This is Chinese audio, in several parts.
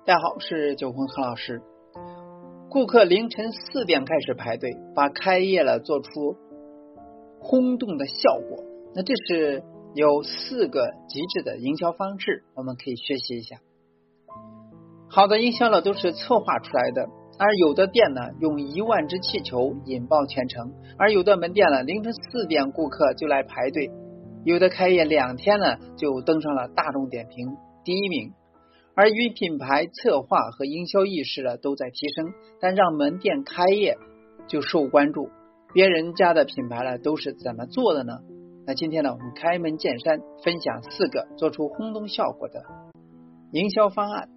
大家好，我是九坤何老师。顾客凌晨4点开始排队，把开业了做出轰动的效果。那这是有4个极致的营销方式，我们可以学习一下。好的营销呢都是策划出来的，而有的店呢用1万只气球引爆全城，而有的门店呢凌晨4点顾客就来排队，有的开业2天呢就登上了大众点评第1名。而与品牌策划和营销意识都在提升，但让门店开业就受关注，别人家的品牌都是怎么做的呢？那今天呢，我们开门见山分享4个做出轰动效果的营销方案。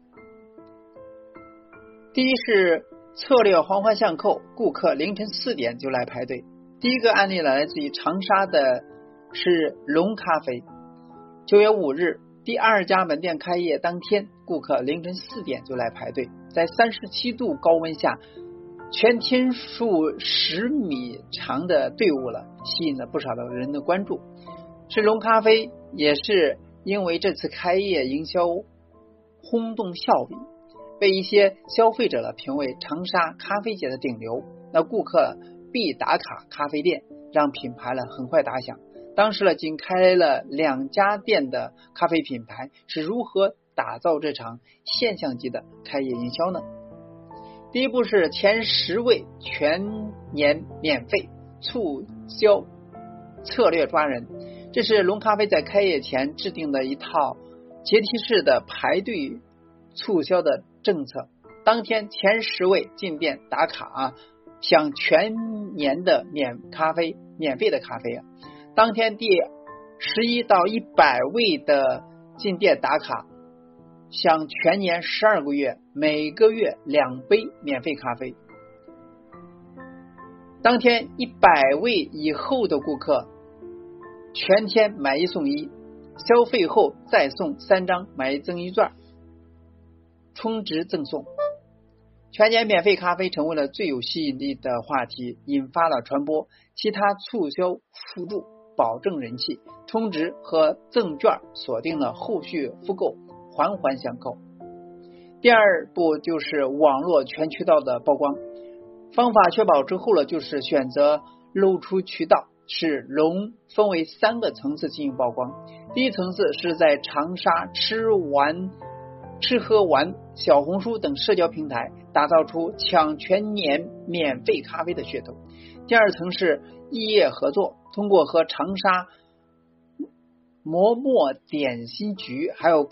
第一是策略环环相扣，顾客凌晨4点就来排队。第一个案例来自于长沙的是龙咖啡。9月5日第2家门店开业当天，顾客凌晨4点就来排队，在37度高温下，全天数10米长的队伍吸引了不少的人的关注。是龙咖啡也是因为这次开业营销轰动效应，被一些消费者评为长沙咖啡界的顶流，那顾客必打卡咖啡店，让品牌很快打响。当时仅开了2家店的咖啡品牌是如何打造这场现象级的开业营销呢？第一步是前10位全年免费促销策略抓人。这是龙咖啡在开业前制定的一套阶梯式的排队促销的政策。当天前10位进店打卡享全年的免费的咖啡。当天第11到100位的进店打卡享全年12个月每个月2杯免费咖啡。当天100位以后的顾客全天买1送1，消费后再送3张买1赠1券，充值赠送。全年免费咖啡成为了最有吸引力的话题，引发了传播。其他促销辅助保证人气，充值和赠券锁定了后续复购，环环相扣。第二步就是网络全渠道的曝光。方法确保之后就是选择露出渠道，是龙分为3个层次进行曝光。第一层次是在长沙吃喝玩小红书等社交平台打造出抢全年免费咖啡的噱头。第二层是异业合作，通过和长沙馍馍点心局还有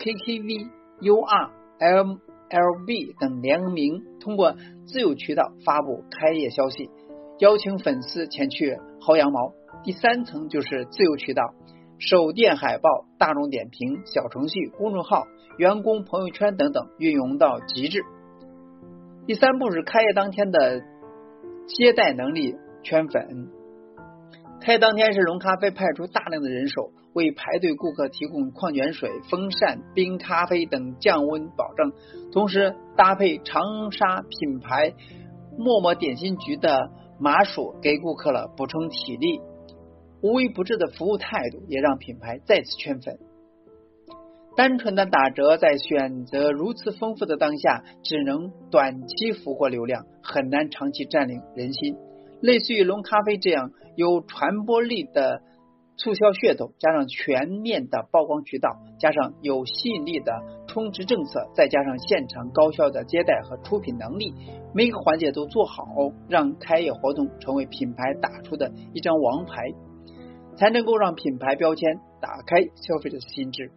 KKV、UR、LB 等联名，通过自有渠道发布开业消息，邀请粉丝前去薅羊毛。第3层就是自有渠道，手电海报、大众点评、小程序、公众号、员工朋友圈等等运用到极致。第3步是开业当天的接待能力圈粉。开业当天是龙咖啡派出大量的人手，为排队顾客提供矿泉水、风扇、冰咖啡等降温保证，同时搭配长沙品牌馍馍点心局的麻薯，给顾客补充体力。无微不至的服务态度也让品牌再次圈粉。单纯的打折在选择如此丰富的当下，只能短期俘获流量，很难长期占领人心。类似于龙咖啡这样有传播力的促销噱头，加上全面的曝光渠道，加上有吸引力的充值政策，再加上现场高效的接待和出品能力，每个环节都做好，让开业活动成为品牌打出的一张王牌，才能够让品牌标签打开消费者的心智。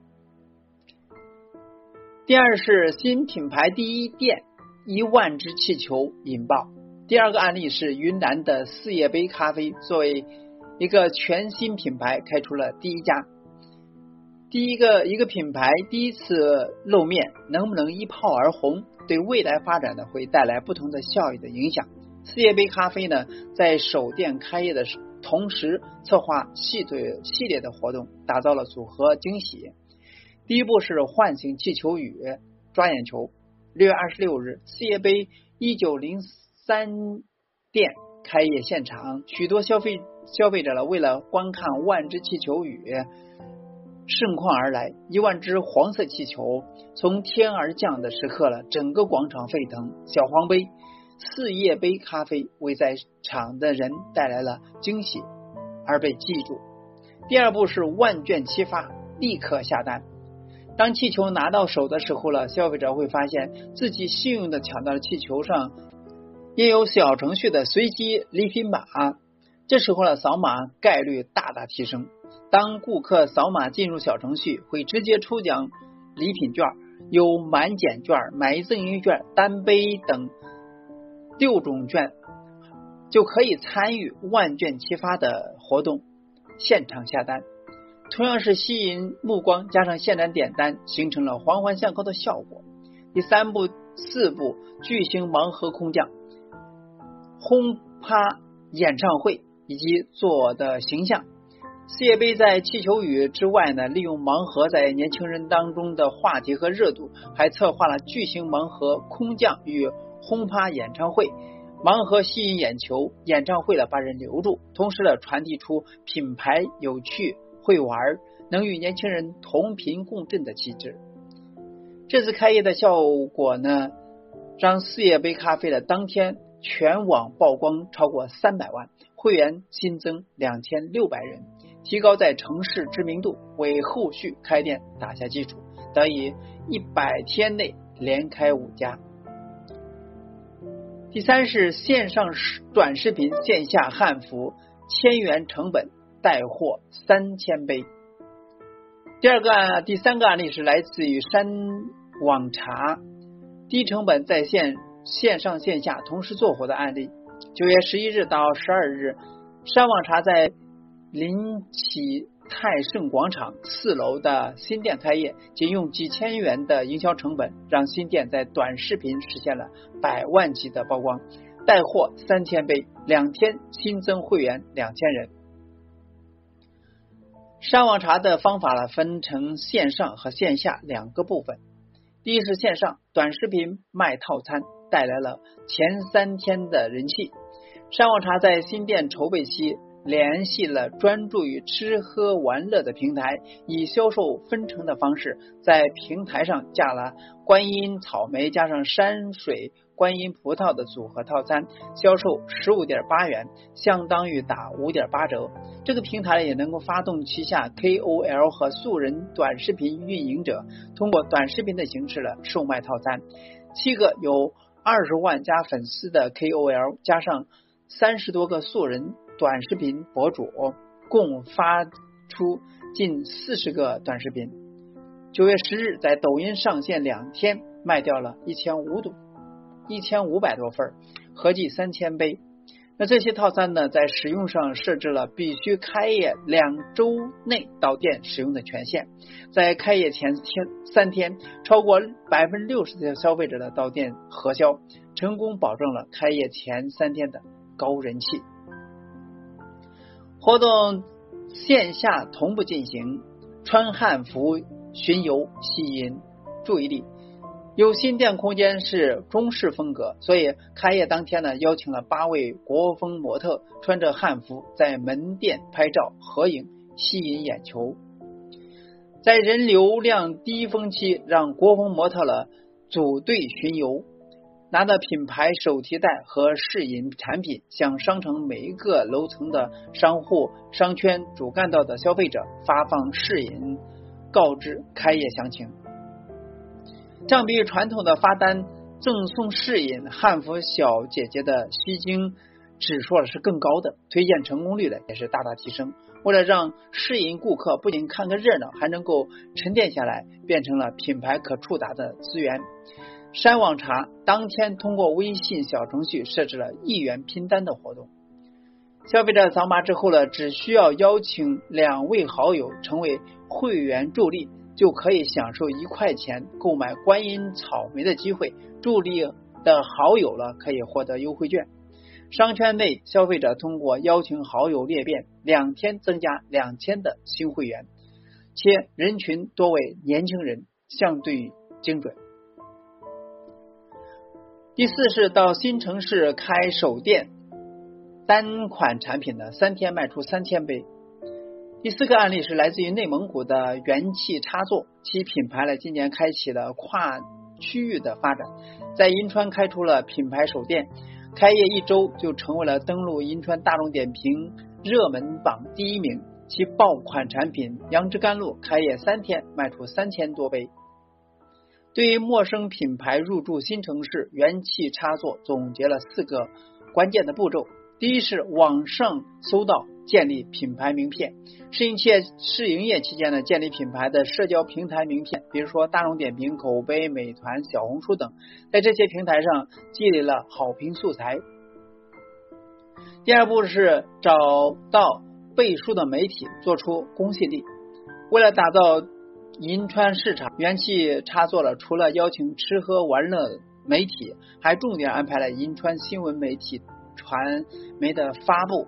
第二是新品牌第1店1万只气球引爆。第2个案例是云南的4叶杯咖啡，作为一个全新品牌开出了第1家。一个品牌第一次露面，能不能一炮而红，对未来发展会带来不同的效益的影响。4叶杯咖啡在首店开业的同时策划系列的活动，打造了组合惊喜。第一步是唤醒气球雨抓眼球。6月26日4叶杯1903店开业现场，许多消费者为了观看万只气球雨盛况而来，1万只黄色气球从天而降的时刻了，整个广场沸腾。小黄杯、4叶杯咖啡为在场的人带来了惊喜而被记住。第二步是万卷齐发，立刻下单。当气球拿到手的时候了，消费者会发现自己幸运的抢到了气球上也有小程序的随机礼品码，这时候了，扫码概率大大提升。当顾客扫码进入小程序，会直接抽奖礼品券，有满减券、买一赠一券、单杯等6种券，就可以参与万卷齐发的活动，现场下单。同样是吸引目光，加上现场点单，形成了环环相扣的效果。第3步、4步巨型盲盒空降、轰趴演唱会以及做的形象。4叶杯在气球雨之外呢，利用盲盒在年轻人当中的话题和热度，还策划了巨型盲盒空降与轰趴演唱会。盲盒吸引眼球，演唱会了把人留住，同时了传递出品牌有趣、会玩，能与年轻人同频共振的气质。这次开业的效果呢，让4叶杯咖啡的当天全网曝光超过300万，会员新增2600人，提高在城市知名度，为后续开店打下基础，得以100天内连开5家。第3是线上短视频线下汉服1000元成本带货3000杯。第三个案例是来自于山网茶低成本在线上线下同时做活的案例。9月11日到12日，山网茶在临起泰盛广场4楼的新店开业，仅用几千元的营销成本，让新店在短视频实现了100万级的曝光，带货3000杯，2天新增会员2000人。山网茶的方法分成线上和线下2个部分。第一是线上短视频卖套餐，带来了前3天的人气。山网茶在新店筹备期联系了专注于吃喝玩乐的平台，以销售分成的方式，在平台上架了观音草莓加上山水观音葡萄的组合套餐，销售 15.8 元，相当于打 5.8 折。这个平台也能够发动旗下 KOL 和素人短视频运营者，通过短视频的形式售卖套餐。7个有20万加粉丝的 KOL 加上30多个素人短视频博主，共发出近40个短视频。9月10日在抖音上线2天，卖掉了1500多份，合计3000杯。那这些套餐呢，在使用上设置了必须开业2周内到店使用的权限，在开业前3天，超过 60% 的消费者的到店核销，成功保证了开业前3天的高人气。活动线下同步进行，穿汉服巡游吸引注意力。有新店空间是中式风格，所以开业当天呢，邀请了8位国风模特穿着汉服在门店拍照合影，吸引眼球。在人流量低峰期，让国风模特组队巡游，拿着品牌手提袋和试饮产品，向商城每一个楼层的商户、商圈、主干道的消费者发放试饮，告知开业详情。这样比传统的发单赠送试饮，汉服小姐姐的吸睛指数是更高的，推荐成功率也是大大提升。为了让试饮顾客不仅看个热闹，还能够沉淀下来，变成了品牌可触达的资源。山网茶当天通过微信小程序设置了1元拼单的活动，消费者扫码之后只需要邀请2位好友成为会员助力，就可以享受1块钱购买观音草莓的机会，助力的好友可以获得优惠券。商圈内消费者通过邀请好友裂变，2天增加2000的新会员，且人群多为年轻人，相对精准。第4是到新城市开首店，单款产品3天卖出3000杯。 第4个案例是来自于内蒙古的元气插座，其品牌呢今年开启了跨区域的发展，在银川开出了品牌首店，开业1周就成为了登陆银川大众点评热门榜第1名。其爆款产品杨枝甘露开业3天卖出3000多杯。对于陌生品牌入驻新城市，元气插座总结了4个关键的步骤。第一是网上搜到建立品牌名片，试营业期间呢，建立品牌的社交平台名片，比如说大众点评、口碑、美团、小红书等，在这些平台上积累了好评素材。第二步是找到背书的媒体，做出公信力。为了打造银川市场，元气插座了除了邀请吃喝玩乐媒体，还重点安排了银川新闻媒体传媒的发布。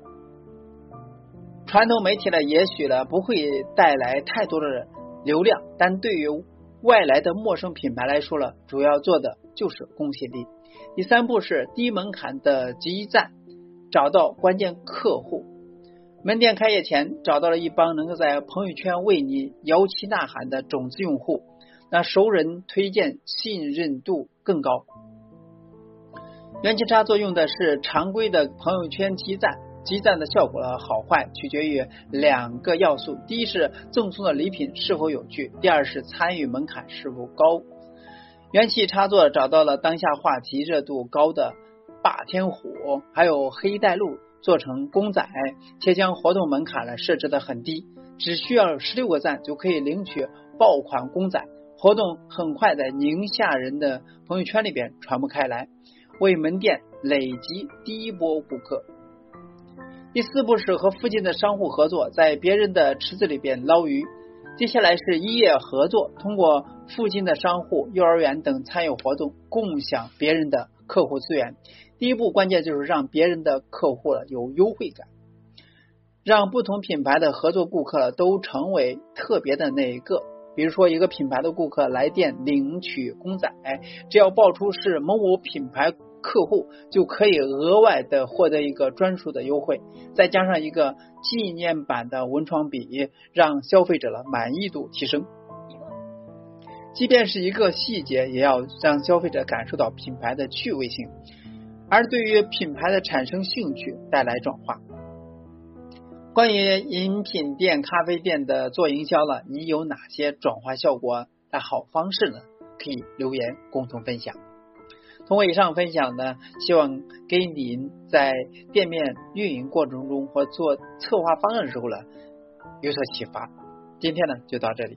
传统媒体呢，也许呢不会带来太多的流量，但对于外来的陌生品牌来说了，主要做的就是公信力。第3步是低门槛的集赞，找到关键客户。门店开业前，找到了一帮能够在朋友圈为你摇旗呐喊的种子用户，那熟人推荐信任度更高。元气插座用的是常规的朋友圈集赞的效果好坏取决于2个要素，第一是赠送的礼品是否有趣，第二是参与门槛是否高。元气插座找到了当下话题热度高的霸天虎还有黑带鹿，做成公仔，且将活动门槛设置得很低，只需要16个赞就可以领取爆款公仔，活动很快在宁夏人的朋友圈里边传播开来，为门店累积第一波顾客。第4步是和附近的商户合作，在别人的池子里边捞鱼。接下来是异业合作，通过附近的商户、幼儿园等参与活动，共享别人的客户资源。第一步关键就是让别人的客户有优惠感，让不同品牌的合作顾客都成为特别的那一个。比如说一个品牌的顾客来店领取公仔，只要报出是某某品牌客户，就可以额外的获得一个专属的优惠，再加上一个纪念版的文创笔，让消费者的满意度提升。即便是一个细节，也要让消费者感受到品牌的趣味性，而对于品牌的产生兴趣，带来转化。关于饮品店、咖啡店的做营销了，你有哪些转化效果的好方式呢？可以留言共同分享。通过以上分享呢，希望给您在店面运营过程中或做策划方案的时候呢有所启发。今天呢就到这里。